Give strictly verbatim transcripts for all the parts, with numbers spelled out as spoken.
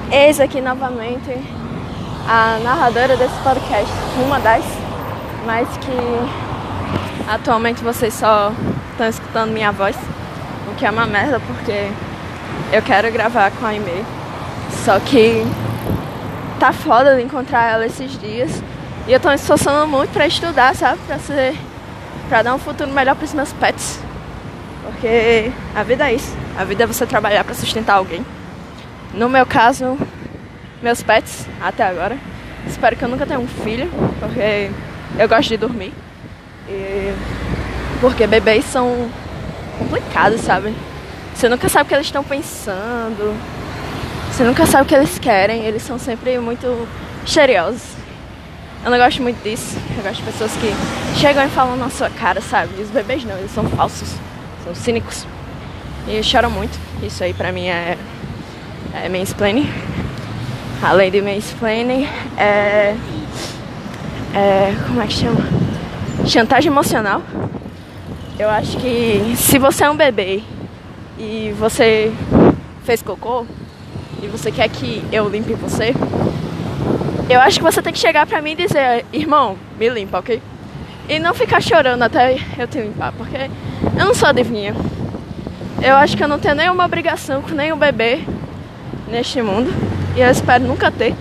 Eis aqui novamente a narradora desse podcast, uma das, mas que atualmente vocês só estão escutando minha voz, o que é uma merda porque eu quero gravar com a e-mail, só que tá foda de encontrar ela esses dias e eu tô me esforçando muito pra estudar, sabe, pra ser, pra dar um futuro melhor pros meus pets, porque a vida é isso, a vida é você trabalhar pra sustentar alguém. No meu caso, meus pets, até agora. Espero que eu nunca tenha um filho, porque eu gosto de dormir. E porque bebês são complicados, sabe? Você nunca sabe o que eles estão pensando. Você nunca sabe o que eles querem. Eles são sempre muito misteriosos. Eu não gosto muito disso. Eu gosto de pessoas que chegam e falam na sua cara, sabe? E os bebês não, eles são falsos. São cínicos. E choram muito. Isso aí pra mim é... É mansplaining. Além de mansplaining, é, é... Como é que chama? Chantagem emocional. Eu acho que se você é um bebê e você fez cocô e você quer que eu limpe você, eu acho que você tem que chegar pra mim e dizer: irmão, me limpa, ok? E não ficar chorando até eu te limpar, porque eu não sou adivinha. Eu acho que eu não tenho nenhuma obrigação com nenhum bebê neste mundo, e eu espero nunca ter.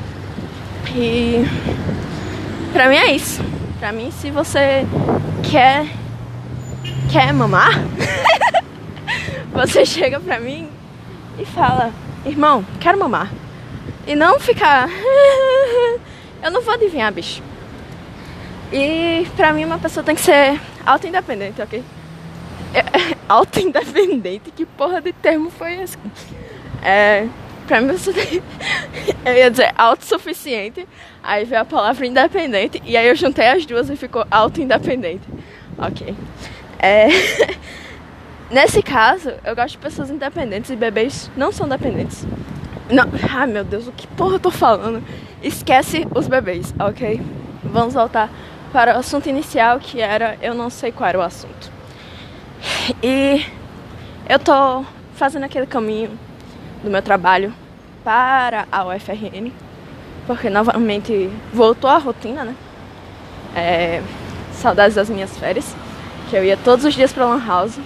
E pra mim é isso. Pra mim, se você quer quer mamar, você chega pra mim e fala: irmão, quero mamar. E não ficar eu não vou adivinhar, bicho. E pra mim uma pessoa tem que ser auto-independente, ok? Auto-independente? Que porra de termo foi esse? É, pra mim você tem... Eu ia dizer autossuficiente, aí veio a palavra independente, e aí eu juntei as duas e ficou auto-independente. Ok. É... Nesse caso, eu gosto de pessoas independentes e bebês não são dependentes. Não... Ai meu Deus, o que porra eu tô falando? Esquece os bebês, ok? Vamos voltar para o assunto inicial, que era... Eu não sei qual era o assunto. E eu tô fazendo aquele caminho do meu trabalho para a U F R N, porque novamente voltou a rotina, né? É, saudades das minhas férias, que eu ia todos os dias pra Lan House,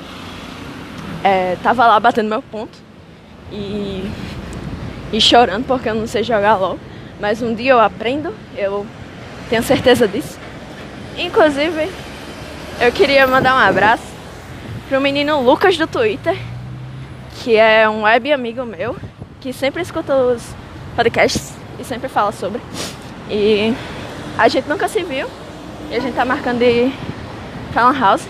é, tava lá batendo meu ponto e, e chorando porque eu não sei jogar LOL, mas um dia eu aprendo, eu tenho certeza disso. Inclusive, eu queria mandar um abraço pro menino Lucas do Twitter, que é um web amigo meu, que sempre escuta os podcasts e sempre fala sobre. E a gente nunca se viu, e a gente tá marcando de ir pra Lan House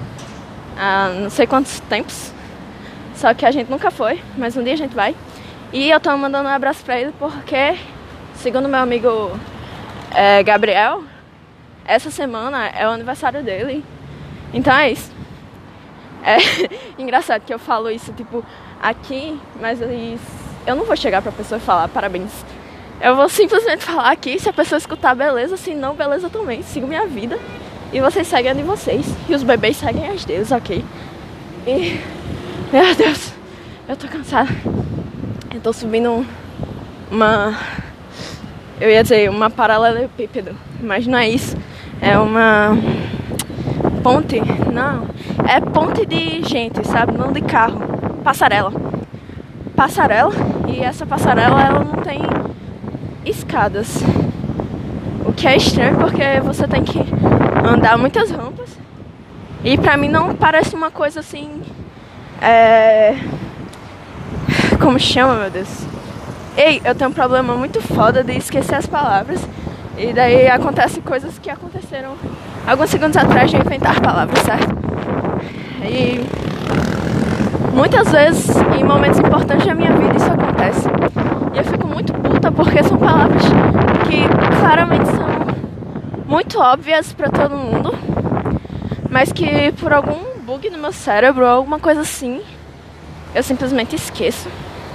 há não sei quantos tempos, só que a gente nunca foi, mas um dia a gente vai. E eu tô mandando um abraço pra ele porque, segundo meu amigo é, Gabriel, essa semana é o aniversário dele. Então é isso. É engraçado que eu falo isso, tipo, aqui, mas eu não vou chegar pra pessoa e falar parabéns. Eu vou simplesmente falar aqui, se a pessoa escutar, beleza, se não, beleza também. Sigo minha vida e vocês seguem a de vocês. E os bebês seguem as deles, ok? E, meu Deus, eu tô cansada. Eu tô subindo uma... Eu ia dizer uma paralelepípedo, mas não é isso. É uma... ponte? Não. É ponte de gente, sabe? Não de carro. Passarela. Passarela. E essa passarela, ela não tem escadas. O que é estranho, porque você tem que andar muitas rampas. E pra mim não parece uma coisa assim... É... Como chama, meu Deus? Ei, eu tenho um problema muito foda de esquecer as palavras. E daí acontecem coisas que aconteceram alguns segundos atrás de eu inventar palavras, certo? E muitas vezes, em momentos importantes da minha vida, isso acontece. E eu fico muito puta porque são palavras que claramente são muito óbvias pra todo mundo, mas que por algum bug no meu cérebro ou alguma coisa assim, eu simplesmente esqueço.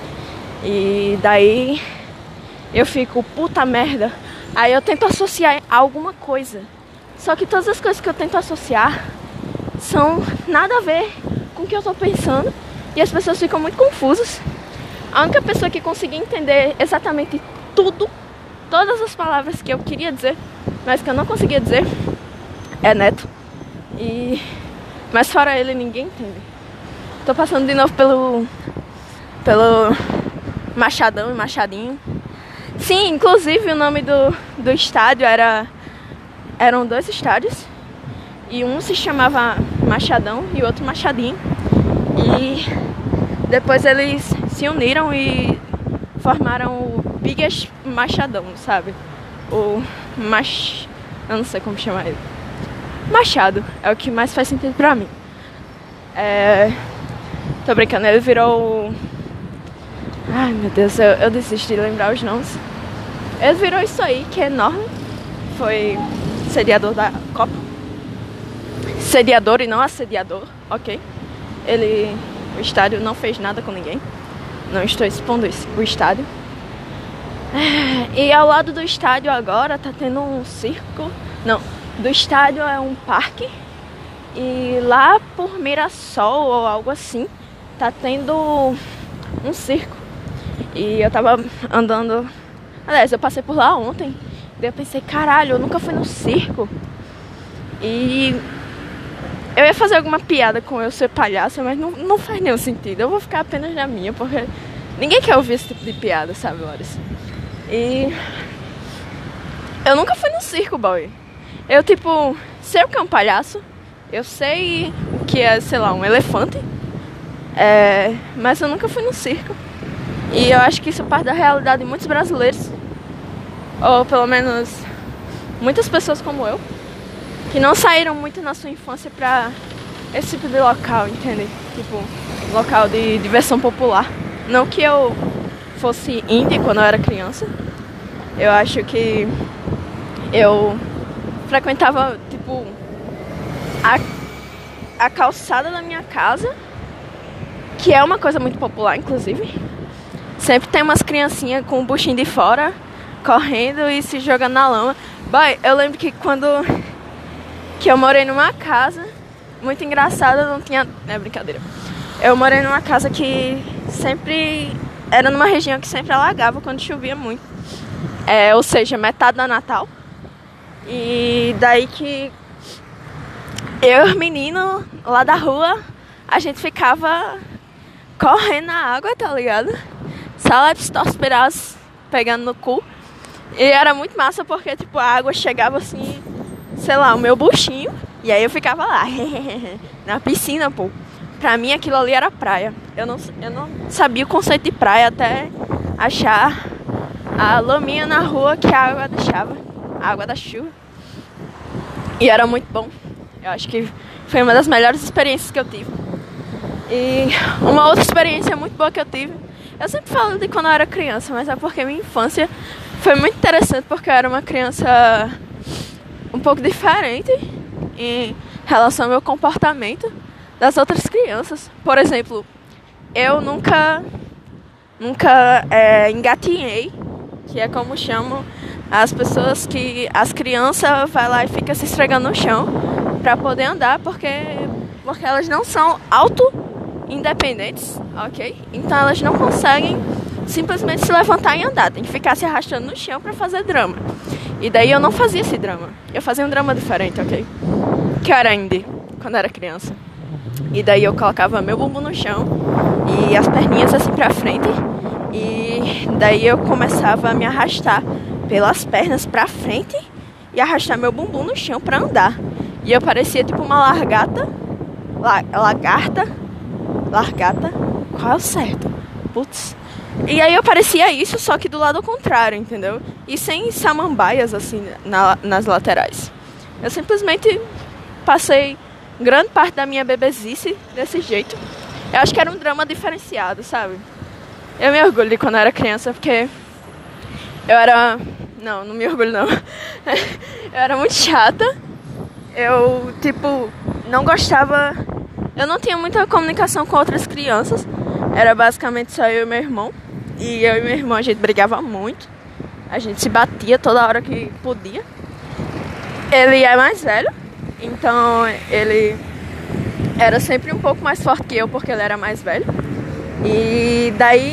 E daí eu fico, puta merda. Aí eu tento associar a alguma coisa. Só que todas as coisas que eu tento associar são nada a ver com o que eu tô pensando. E as pessoas ficam muito confusas. A única pessoa que conseguia entender exatamente tudo, todas as palavras que eu queria dizer, mas que eu não conseguia dizer, é Neto. E... Mas fora ele, ninguém entende. Tô passando de novo pelo... Pelo... Machadão e Machadinho. Sim, inclusive o nome do, do estádio era... Eram dois estádios. E um se chamava Machadão e o outro Machadinho. E depois eles se uniram e formaram o Biggest Machadão, sabe? O Mach... Eu não sei como chamar ele. Machado é o que mais faz sentido pra mim. É... Tô brincando, ele virou... Ai meu Deus, eu, eu desisto de lembrar os nomes. Ele virou isso aí, que é enorme. Foi sediador da Copa. Sediador e não assediador, ok? Ele... O estádio não fez nada com ninguém. Não estou expondo isso, o estádio. E ao lado do estádio agora tá tendo um circo. Não, do estádio é um parque. E lá por Mirassol ou algo assim, tá tendo um circo. E eu tava andando... Aliás, eu passei por lá ontem. Daí eu pensei, caralho, eu nunca fui no circo. E eu ia fazer alguma piada com eu ser palhaço, mas não, não faz nenhum sentido. Eu vou ficar apenas na minha, porque ninguém quer ouvir esse tipo de piada, sabe, Loris? E eu nunca fui no circo, boy. Eu, tipo, sei o que é um palhaço. Eu sei o que é, sei lá, um elefante. É... Mas eu nunca fui no circo. E eu acho que isso parte da realidade de muitos brasileiros. Ou pelo menos muitas pessoas como eu, que não saíram muito na sua infância pra esse tipo de local, entende? Tipo, local de diversão popular. Não que eu fosse indie quando eu era criança. Eu acho que eu frequentava, tipo, a, a calçada da minha casa, que é uma coisa muito popular, inclusive. Sempre tem umas criancinhas com o buchinho de fora, correndo e se jogando na lama. Boy, eu lembro que quando que eu morei numa casa muito engraçada, não tinha... É brincadeira. Eu morei numa casa que sempre... Era numa região que sempre alagava quando chovia muito. É, ou seja, metade da Natal. E daí que eu e os meninos lá da rua, a gente ficava correndo na água, tá ligado? Saleptospiras pegando no cu. E era muito massa porque, tipo, a água chegava assim, sei lá, o meu buchinho. E aí eu ficava lá, na piscina, pô. Pra mim aquilo ali era praia. Eu não, eu não sabia o conceito de praia até achar a laminha na rua que a água deixava. A água da chuva. E era muito bom. Eu acho que foi uma das melhores experiências que eu tive. E uma outra experiência muito boa que eu tive, eu sempre falo de quando eu era criança, mas é porque minha infância foi muito interessante, porque eu era uma criança um pouco diferente em relação ao meu comportamento das outras crianças. Por exemplo, eu nunca, nunca é, engatinhei, que é como chamam as pessoas que as crianças vai lá e fica se esfregando no chão para poder andar, porque, porque elas não são auto-independentes, ok? Então elas não conseguem simplesmente se levantar e andar, tem que ficar se arrastando no chão para fazer drama. E daí eu não fazia esse drama, eu fazia um drama diferente, ok? Que eu era indie, quando eu era criança. E daí eu colocava meu bumbum no chão e as perninhas assim pra frente. E daí eu começava a me arrastar pelas pernas pra frente e arrastar meu bumbum no chão pra andar. E eu parecia tipo uma largata. La, lagarta. Largata. Qual é o certo? Putz. E aí eu parecia isso, só que do lado contrário, entendeu? E sem samambaias assim na, nas laterais. Eu simplesmente passei grande parte da minha bebezice desse jeito. Eu acho que era um drama diferenciado, sabe? Eu me orgulho de quando eu era criança, porque eu era... Não, não me orgulho não. Eu era muito chata. Eu, tipo, não gostava... Eu não tinha muita comunicação com outras crianças. Era basicamente só eu e meu irmão. E eu e meu irmão, a gente brigava muito. A gente se batia toda hora que podia. Ele é mais velho. Então, ele era sempre um pouco mais forte que eu, porque ele era mais velho. E daí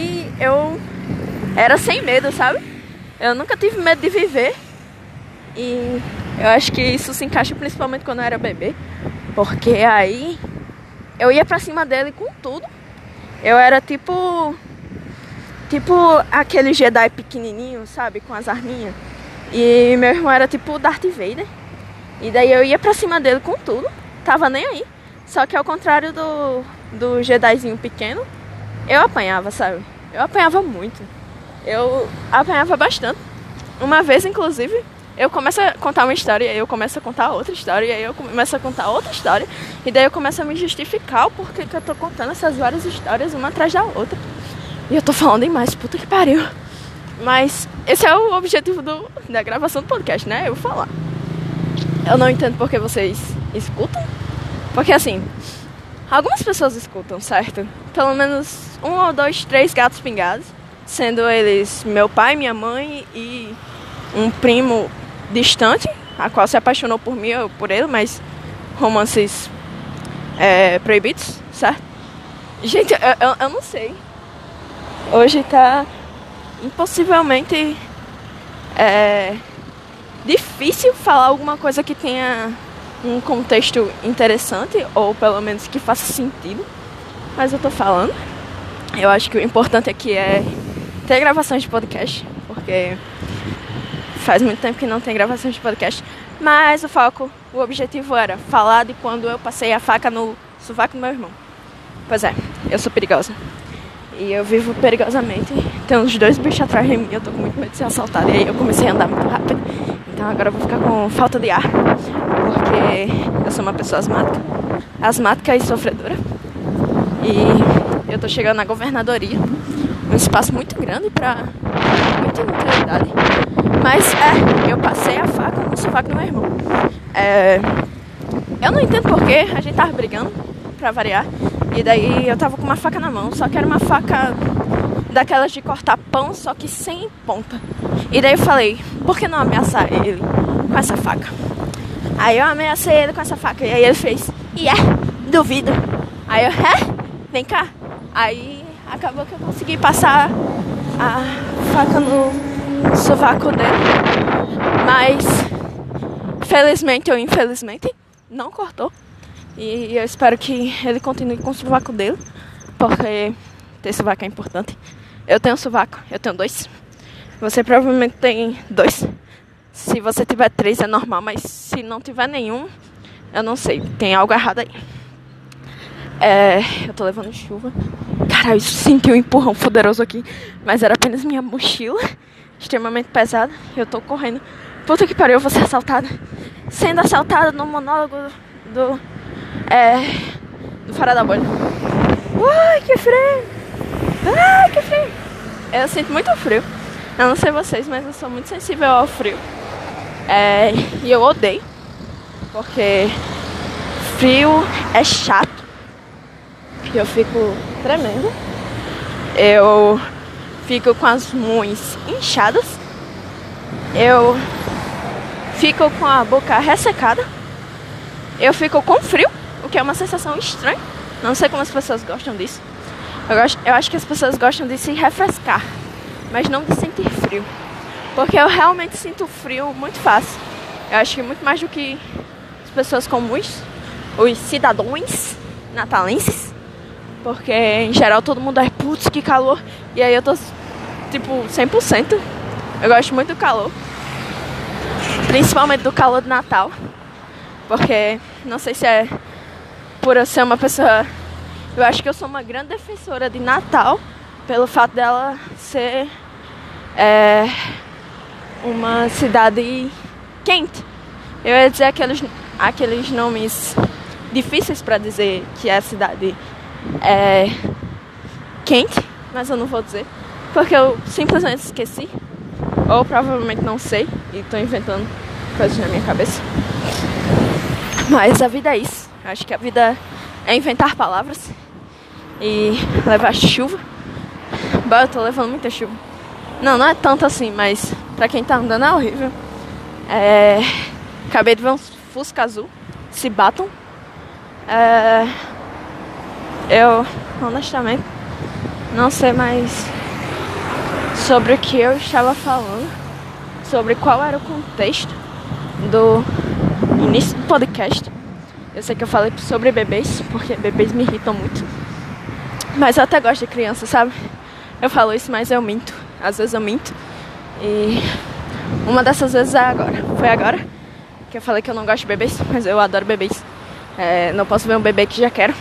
eu era sem medo, sabe? Eu nunca tive medo de viver. E eu acho que isso se encaixa principalmente quando eu era bebê. Porque aí eu ia pra cima dele com tudo. Eu era tipo... Tipo aquele Jedi pequenininho, sabe? Com as arminhas. E meu irmão era tipo o Darth Vader. E daí eu ia pra cima dele com tudo. Tava nem aí. Só que ao contrário do, do Jedizinho pequeno, eu apanhava, sabe? Eu apanhava muito. Eu apanhava bastante. Uma vez, inclusive, eu começo a contar uma história, e aí eu começo a contar outra história, e aí eu começo a contar outra história. E daí eu começo a me justificar o porquê que eu tô contando essas várias histórias, uma atrás da outra. E eu tô falando demais, puta que pariu. Mas esse é o objetivo do, da gravação do podcast, né? Eu vou falar. Eu não entendo porque vocês escutam. Porque assim, algumas pessoas escutam, certo? Pelo menos um ou dois, três gatos pingados. Sendo eles meu pai, minha mãe e um primo distante, a qual se apaixonou por mim ou por ele, mas romances é, proibidos, certo? Gente, eu, eu, eu não sei. Hoje tá impossivelmente é, difícil falar alguma coisa que tenha um contexto interessante, ou pelo menos que faça sentido. Mas eu tô falando. Eu acho que o importante aqui é ter gravações de podcast, porque faz muito tempo que não tem gravações de podcast. Mas o foco, o objetivo era falar de quando eu passei a faca no sovaco do meu irmão. Pois é, eu sou perigosa. E eu vivo perigosamente. Tem uns dois bichos atrás de mim, eu tô com muito medo de ser assaltada. E aí eu comecei a andar muito rápido. Então agora eu vou ficar com falta de ar, porque eu sou uma pessoa asmática. Asmática e sofredora. E eu tô chegando na governadoria. Um espaço muito grande pra muita inutilidade. Mas é, eu passei a faca no sovaco do meu irmão. É, eu não entendo porquê, a gente tava brigando, pra variar. E daí eu tava com uma faca na mão, só que era uma faca daquelas de cortar pão, só que sem ponta. E daí eu falei, por que não ameaçar ele com essa faca? Aí eu ameacei ele com essa faca, e aí ele fez, e yeah, é, duvido. Aí eu, é, vem cá. Aí acabou que eu consegui passar a faca no sovaco dele. Mas, felizmente ou infelizmente, não cortou. E eu espero que ele continue com o sovaco dele, porque ter sovaco é importante. Eu tenho sovaco, eu tenho dois. Você provavelmente tem dois. Se você tiver três é normal, mas se não tiver nenhum, eu não sei, tem algo errado aí. É, eu tô levando chuva. Caralho, eu senti um empurrão poderoso aqui, mas era apenas minha mochila, extremamente pesada. Eu tô correndo. Puta que pariu, eu vou ser assaltada. Sendo assaltada no monólogo do... É... do Fora da Bolha. Ai, que frio! Ai, que frio! Eu sinto muito frio. Eu não sei vocês, mas eu sou muito sensível ao frio. É... E eu odeio. Porque frio é chato. Eu fico tremendo. Eu fico com as mãos inchadas. Eu fico com a boca ressecada. Eu fico com frio, o que é uma sensação estranha. Não sei como as pessoas gostam disso. Eu, gosto, eu acho que as pessoas gostam de se refrescar, mas não de sentir frio. Porque eu realmente sinto frio muito fácil. Eu acho que muito mais do que as pessoas comuns, os cidadãos natalenses. Porque em geral todo mundo é putz, que calor. E aí eu tô tipo cem por cento. Eu gosto muito do calor. Principalmente do calor de Natal. Porque não sei se é por eu ser uma pessoa... Eu acho que eu sou uma grande defensora de Natal, pelo fato dela ser é, uma cidade quente. Eu ia dizer aqueles, aqueles nomes difíceis para dizer que é a cidade é quente, mas eu não vou dizer, porque eu simplesmente esqueci, ou provavelmente não sei, e estou inventando coisas na minha cabeça. Mas a vida é isso. Acho que a vida é inventar palavras e levar chuva. Bah, eu tô levando muita chuva. Não, não é tanto assim, mas pra quem tá andando é horrível. É... Acabei de ver um Fusca azul. Se batam. É... Eu, honestamente, não sei mais sobre o que eu estava falando, sobre qual era o contexto do início do podcast. Eu sei que eu falei sobre bebês, porque bebês me irritam muito. Mas eu até gosto de criança, sabe? Eu falo isso, mas eu minto. Às vezes eu minto. E uma dessas vezes é agora. Foi agora que eu falei que eu não gosto de bebês, mas eu adoro bebês. É, não posso ver um bebê que já quero.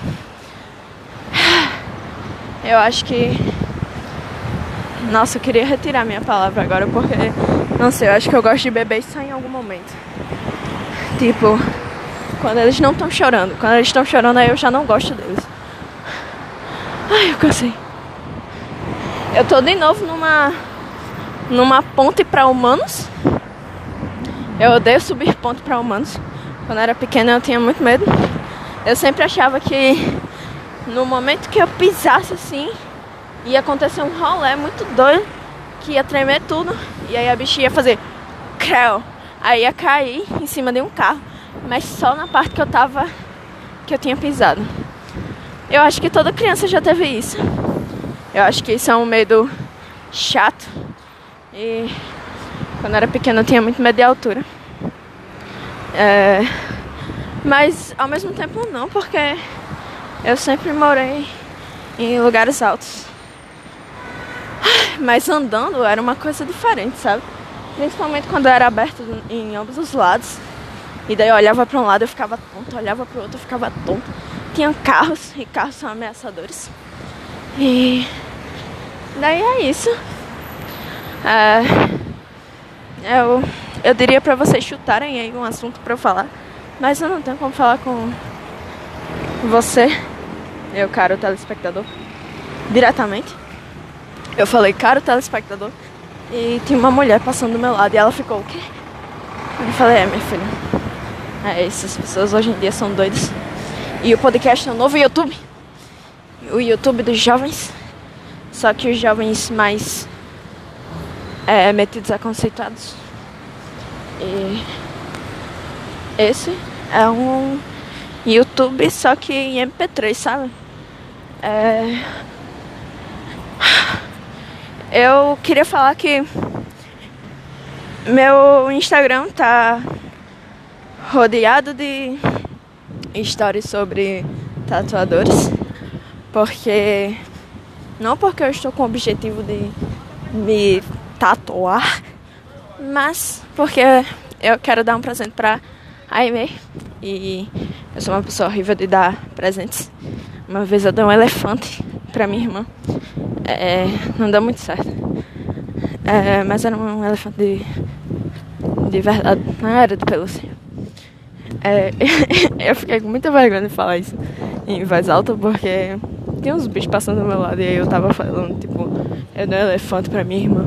Eu acho que... Nossa, eu queria retirar minha palavra agora, porque... Não sei, eu acho que eu gosto de bebês só em algum momento. Tipo... Quando eles não estão chorando. Quando eles estão chorando, aí eu já não gosto deles. Ai, eu cansei. Eu tô de novo numa... Numa ponte pra humanos. Eu odeio subir ponte pra humanos. Quando eu era pequena eu tinha muito medo. Eu sempre achava que... No momento que eu pisasse assim... Ia acontecer um rolê muito doido. Que ia tremer tudo. E aí a bichinha ia fazer... Creu. Aí ia cair em cima de um carro. Mas só na parte que eu tava... Que eu tinha pisado. Eu acho que toda criança já teve isso. Eu acho que isso é um medo chato. E... Quando eu era pequena eu tinha muito medo de altura. É... Mas ao mesmo tempo não, porque... Eu sempre morei em lugares altos. Mas andando era uma coisa diferente, sabe? Principalmente quando era aberto em ambos os lados. E daí eu olhava pra um lado e eu ficava tonto, olhava pro outro e eu ficava tonto. Tinha carros, e carros são ameaçadores. E daí é isso. É, eu, eu diria pra vocês chutarem aí um assunto pra eu falar. Mas eu não tenho como falar com você, meu caro telespectador, diretamente. Eu falei, caro telespectador. E tinha uma mulher passando do meu lado e ela ficou, o quê? Eu falei, é, minha filha. É, essas pessoas hoje em dia são doidas. E o podcast é o novo YouTube. O YouTube dos jovens. Só que os jovens mais é, metidos a conceituados. E esse é um YouTube só que em M P três, sabe? É... Eu queria falar que meu Instagram tá rodeado de histórias sobre tatuadores. Porque... Não porque eu estou com o objetivo de me tatuar, mas porque eu quero dar um presente pra Aimee. E eu sou uma pessoa horrível de dar presentes. Uma vez eu dei um elefante pra minha irmã. É, não deu muito certo. É, mas era um elefante de, de verdade, não era de pelúcia. É, eu fiquei com muita vergonha de falar isso em voz alta, porque tinha uns bichos passando do meu lado e aí eu tava falando, tipo, eu dei um elefante pra minha irmã.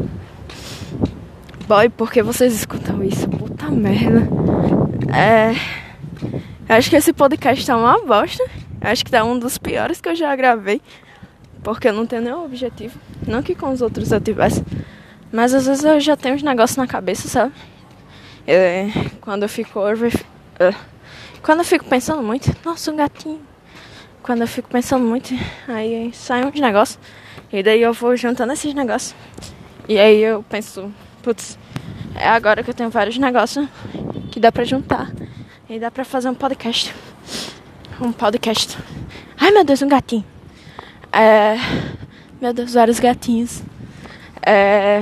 Boy, por que vocês escutam isso? Puta merda. É, eu acho que esse podcast tá uma bosta. Eu acho que tá um dos piores que eu já gravei. Porque eu não tenho nenhum objetivo. Não que com os outros eu tivesse. Mas às vezes eu já tenho uns negócios na cabeça, sabe? É, quando eu fico over... Uh, quando eu fico pensando muito... Nossa, um gatinho. Quando eu fico pensando muito... Aí saem uns negócios. E daí eu vou juntando esses negócios. E aí eu penso... Putz, é agora que eu tenho vários negócios que dá pra juntar. E dá pra fazer um podcast. Um podcast. Ai, meu Deus, um gatinho. É... Meu Deus, vários gatinhos. É...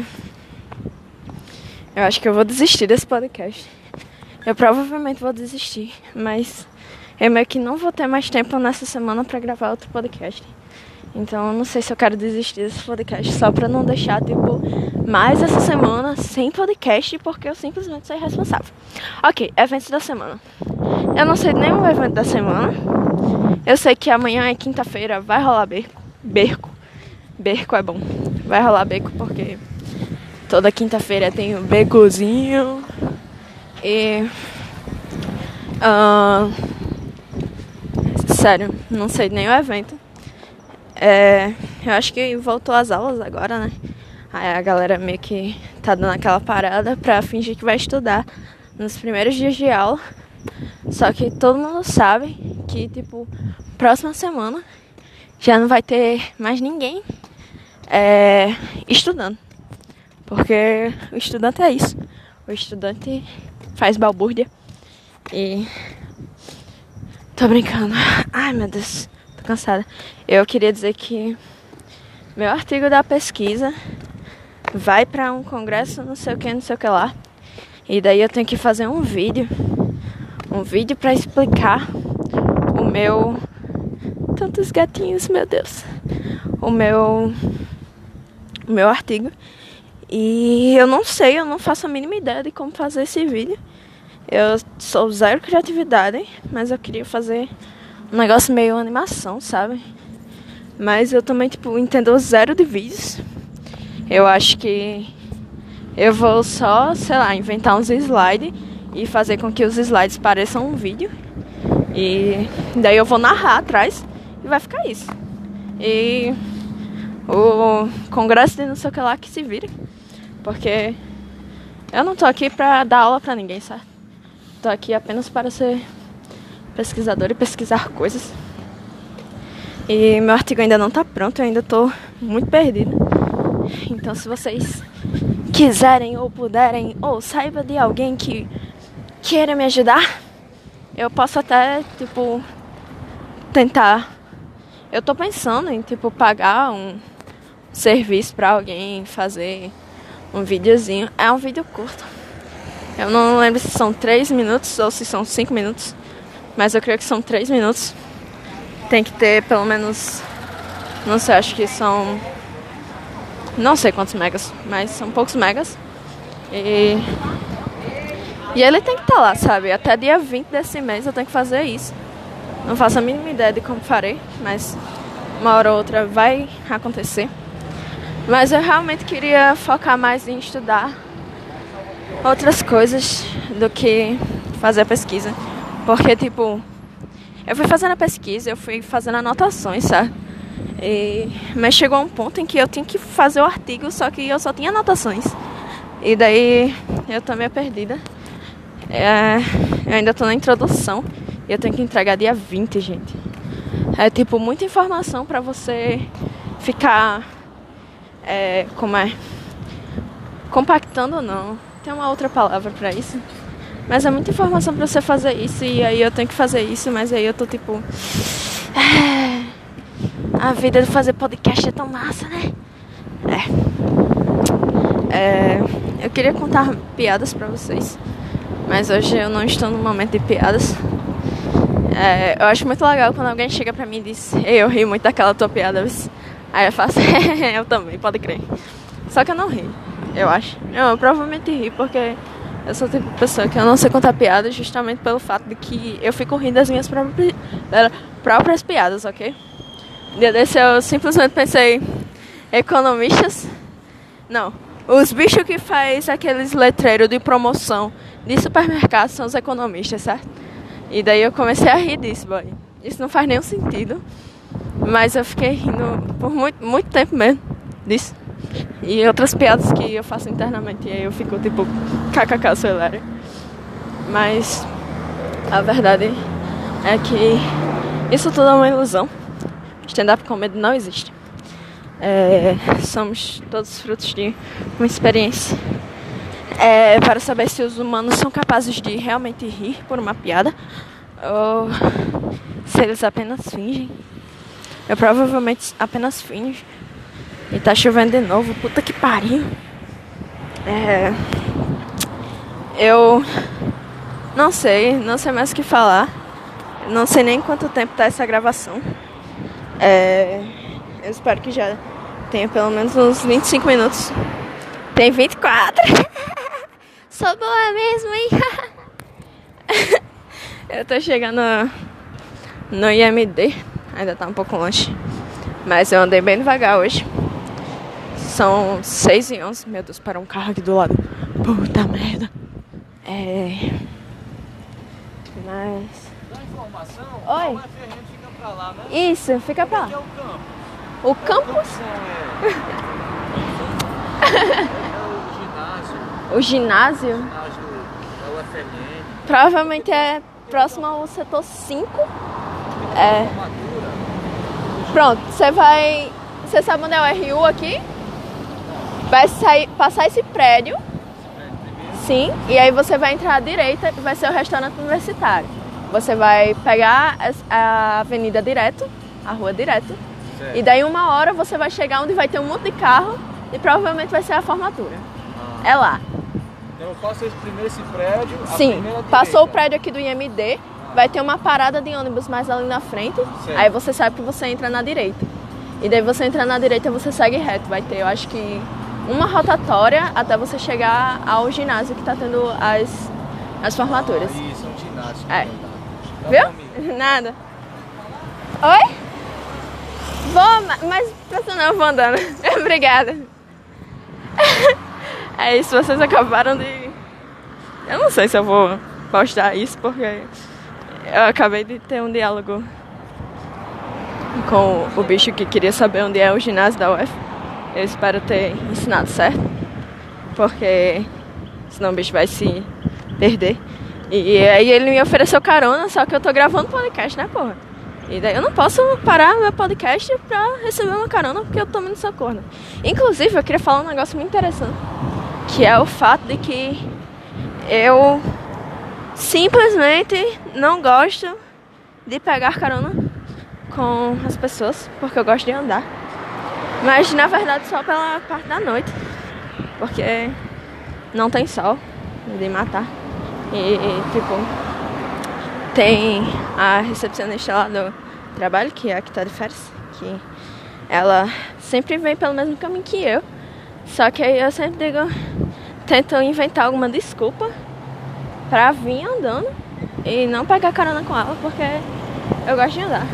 Eu acho que eu vou desistir desse podcast. Eu provavelmente vou desistir, mas eu meio que não vou ter mais tempo nessa semana pra gravar outro podcast. Então eu não sei se eu quero desistir desse podcast só pra não deixar, tipo, mais essa semana sem podcast, porque eu simplesmente sou irresponsável. Ok, eventos da semana. Eu não sei nenhum evento da semana. Eu sei que amanhã é quinta-feira, vai rolar berco. Berco. Berco é bom. Vai rolar beco porque toda quinta-feira tem um becozinho. E... Uh, sério, não sei nenhum evento. É, eu acho que voltou às aulas agora, né? Aí a galera meio que tá dando aquela parada pra fingir que vai estudar nos primeiros dias de aula. Só que todo mundo sabe que, tipo, próxima semana já não vai ter mais ninguém é, estudando. Porque o estudante é isso. O estudante faz balbúrdia. E... tô brincando. Ai, meu Deus. Tô cansada. Eu queria dizer que meu artigo da pesquisa vai pra um congresso, não sei o que, não sei o que lá. E daí eu tenho que fazer um vídeo. Um vídeo pra explicar o meu... Tantos gatinhos, meu Deus. O meu... O meu artigo. E eu não sei, eu não faço a mínima ideia de como fazer esse vídeo. Eu sou zero criatividade, mas eu queria fazer um negócio meio animação, sabe? Mas eu também, tipo, entendo zero de vídeos. Eu acho que eu vou só, sei lá, inventar uns slides e fazer com que os slides pareçam um vídeo. E daí eu vou narrar atrás e vai ficar isso. E o congresso de não sei o que lá que se vire. Porque eu não tô aqui pra dar aula pra ninguém, certo? Tô aqui apenas para ser pesquisador e pesquisar coisas. E meu artigo ainda não tá pronto, eu ainda tô muito perdida. Então se vocês quiserem ou puderem, ou saiba de alguém que queira me ajudar, eu posso até, tipo, tentar. Eu tô pensando em, tipo, pagar um serviço pra alguém fazer um videozinho. É um vídeo curto. Eu não lembro se são três minutos ou se são cinco minutos. Mas eu creio que são três minutos. Tem que ter pelo menos... Não sei, acho que são... Não sei quantos megas, mas são poucos megas. E... E ele tem que estar lá, sabe? Até dia vinte desse mês eu tenho que fazer isso. Não faço a mínima ideia de como farei, mas uma hora ou outra vai acontecer. Mas eu realmente queria focar mais em estudar outras coisas do que fazer a pesquisa. Porque, tipo, eu fui fazendo a pesquisa, eu fui fazendo anotações, sabe? E... Mas chegou um ponto em que eu tinha que fazer o artigo, só que eu só tinha anotações. E daí eu tô meio perdida. É... Eu ainda tô na introdução e eu tenho que entregar dia vinte, gente. É, tipo, muita informação pra você ficar... É, como é? Compactando não. Tem uma outra palavra pra isso. Mas é muita informação pra você fazer isso. E aí eu tenho que fazer isso. Mas aí eu tô tipo... É, a vida de fazer podcast é tão massa, né? É. É, eu queria contar piadas pra vocês. Mas hoje eu não estou no momento de piadas. É, eu acho muito legal quando alguém chega pra mim e diz: Ei, eu ri muito daquela tua piada. Aí eu faço, eu também, pode crer. Só que eu não ri, eu acho. Não, eu provavelmente ri, porque eu sou o tipo de pessoa que eu não sei contar piadas justamente pelo fato de que eu fico rindo das minhas próprias, próprias piadas, ok? Um dia desse eu simplesmente pensei, economistas? Não, os bichos que faz aqueles letreiros de promoção de supermercado são os economistas, certo? E daí eu comecei a rir disso, boy. Isso não faz nenhum sentido. Mas eu fiquei rindo por muito, muito tempo mesmo disso. E outras piadas que eu faço internamente. E aí eu fico tipo, kkk, sou hilário. Mas a verdade é que isso tudo é uma ilusão. Stand-up comedy não existe. É, somos todos frutos de uma experiência. É, para saber se os humanos são capazes de realmente rir por uma piada ou se eles apenas fingem. Eu provavelmente apenas finjo. E tá chovendo de novo. Puta que pariu. É... Eu... Não sei. Não sei mais o que falar. Não sei nem quanto tempo tá essa gravação. É... Eu espero que já tenha pelo menos uns vinte e cinco minutos. Tem vinte e quatro. Sou boa mesmo, hein? Eu tô chegando no I M D. Ainda tá um pouco longe. Mas eu andei bem devagar hoje. São seis e onze. Meu Deus, parou um carro aqui do lado. Puta merda. É... Mas... Dá informação? Oi? Fica pra lá, né? Isso, fica pra lá. Onde é o campo? O campus? É, é o ginásio. O ginásio? O ginásio da U F M N. Provavelmente é próximo ao setor cinco. É. Pronto, você vai... Você sabe onde é o R U aqui? vai sair, passar esse prédio, sim, e aí você vai entrar à direita e vai ser o restaurante universitário. Você vai pegar a avenida direto, a rua direto, certo. E daí uma hora você vai chegar onde vai ter um monte de carro e provavelmente vai ser a formatura. Ah. É lá. Então eu faço esse primeiro esse prédio, a sim, passou o prédio aqui do I M D, ah. Vai ter uma parada de ônibus mais ali na frente, certo. Aí você sabe que você entra na direita. E daí você entra na direita e você segue reto. Vai ter, eu acho que, uma rotatória até você chegar ao ginásio que tá tendo as, as formaturas. Ah, isso, é um ginásio. É. Viu? Nada. Oi? Vou, mas pensa não, eu vou andando. Obrigada. É isso, vocês acabaram de... Eu não sei se eu vou postar isso, porque eu acabei de ter um diálogo com o bicho que queria saber onde é o ginásio da U F. Eu espero ter ensinado certo, porque senão o bicho vai se perder. E aí ele me ofereceu carona, só que eu tô gravando podcast, né, porra? E daí eu não posso parar meu podcast pra receber uma carona, porque eu tô me socorro. Inclusive, eu queria falar um negócio muito interessante, que é o fato de que eu simplesmente não gosto de pegar carona com as pessoas, porque eu gosto de andar. Mas, na verdade, só pela parte da noite, porque não tem sol de matar. E, e, tipo, tem a recepcionista lá do trabalho, que é a que tá de férias, que ela sempre vem pelo mesmo caminho que eu. Só que aí eu sempre digo, tento inventar alguma desculpa pra vir andando e não pegar carona com ela, porque eu gosto de andar.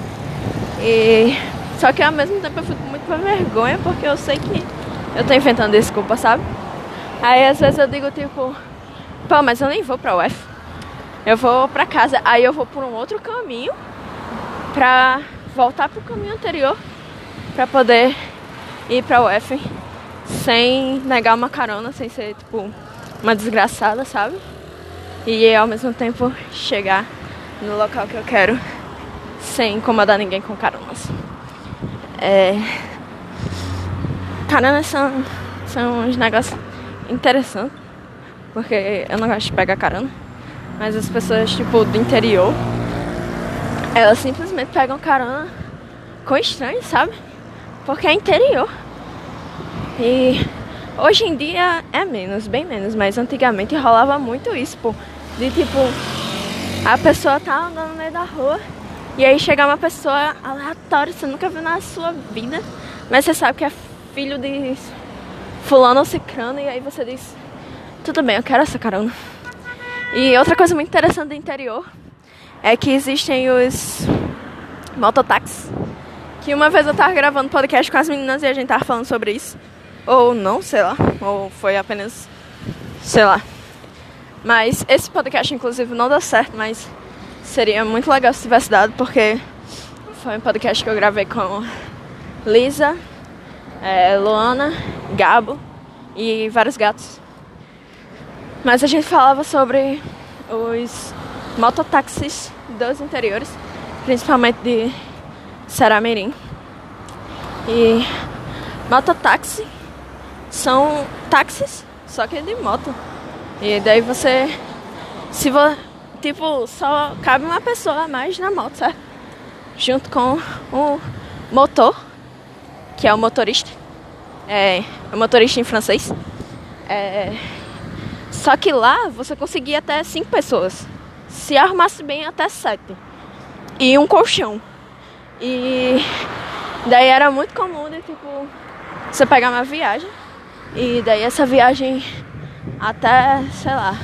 E só que ao mesmo tempo eu fico muito com vergonha, porque eu sei que eu tô inventando desculpa, sabe? Aí às vezes eu digo tipo, pô, mas eu nem vou pra U F, eu vou pra casa. Aí eu vou por um outro caminho pra voltar pro caminho anterior pra poder ir pra U F sem negar uma carona, sem ser tipo uma desgraçada, sabe? E ao mesmo tempo chegar no local que eu quero sem incomodar ninguém com caronas. É... Caronas são, são uns negócios interessantes, porque eu não gosto de pegar carona, mas as pessoas tipo do interior, elas simplesmente pegam carona com estranhos, sabe? Porque é interior. E hoje em dia é menos, bem menos, mas antigamente rolava muito isso, pô. De tipo, a pessoa tá andando no meio da rua e aí chega uma pessoa aleatória, você nunca viu na sua vida, mas você sabe que é filho de fulano ou cicrano, e aí você diz, tudo bem, eu quero essa carona. E outra coisa muito interessante do interior é que existem os mototáxis, que uma vez eu tava gravando podcast com as meninas e a gente tava falando sobre isso. Ou não, sei lá, ou foi apenas, sei lá. Mas esse podcast, inclusive, não deu certo, mas seria muito legal se tivesse dado, porque foi um podcast que eu gravei com Lisa, é, Luana, Gabo e vários gatos. Mas a gente falava sobre os mototáxis dos interiores, principalmente de Saramirim. E mototáxi são táxis, só que de moto. E daí você, se vo, tipo, só cabe uma pessoa a mais na moto, certo? Junto com o motor, que é o motorista. É, o motorista em francês. É, só que lá você conseguia até cinco pessoas. Se arrumasse bem, até sete. E um colchão. E daí era muito comum de, tipo, você pegar uma viagem. E daí essa viagem até, sei lá,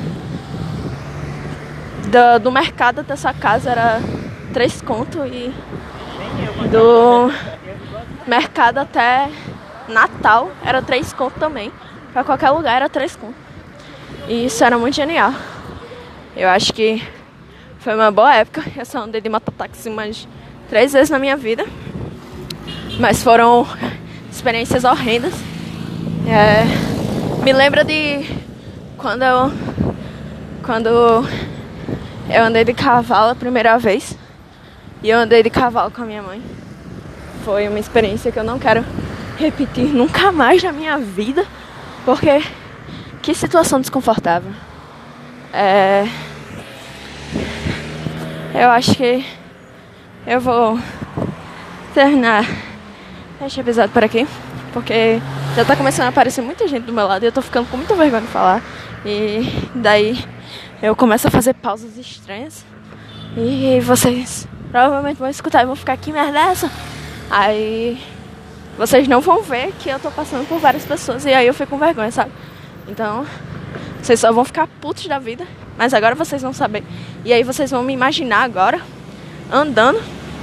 do, do mercado até sua casa era três conto. E do mercado até Natal era três conto também. Pra qualquer lugar era três conto. E isso era muito genial. Eu acho que foi uma boa época. Eu só andei de mototáxi umas três vezes na minha vida. Mas foram experiências horrendas. É, me lembra de quando eu, quando eu andei de cavalo a primeira vez. E eu andei de cavalo com a minha mãe. Foi uma experiência que eu não quero repetir nunca mais na minha vida, porque que situação desconfortável. É... Eu acho que eu vou terminar este episódio por aqui, porque já tá começando a aparecer muita gente do meu lado e eu tô ficando com muita vergonha de falar. E daí eu começo a fazer pausas estranhas e vocês provavelmente vão escutar e vão ficar, que merda é essa? Aí vocês não vão ver que eu tô passando por várias pessoas e aí eu fico com vergonha, sabe? Então vocês só vão ficar putos da vida, mas agora vocês vão saber. E aí vocês vão me imaginar agora andando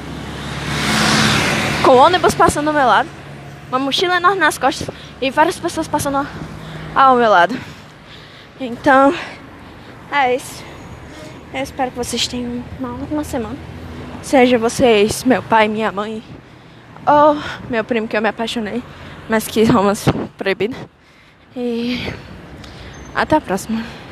com o ônibus passando ao meu lado, uma mochila enorme nas costas e várias pessoas passando ao meu lado. Então é isso. Eu espero que vocês tenham uma ótima semana. Seja vocês, meu pai, minha mãe, ou meu primo que eu me apaixonei, mas que romance proibido. E até a próxima.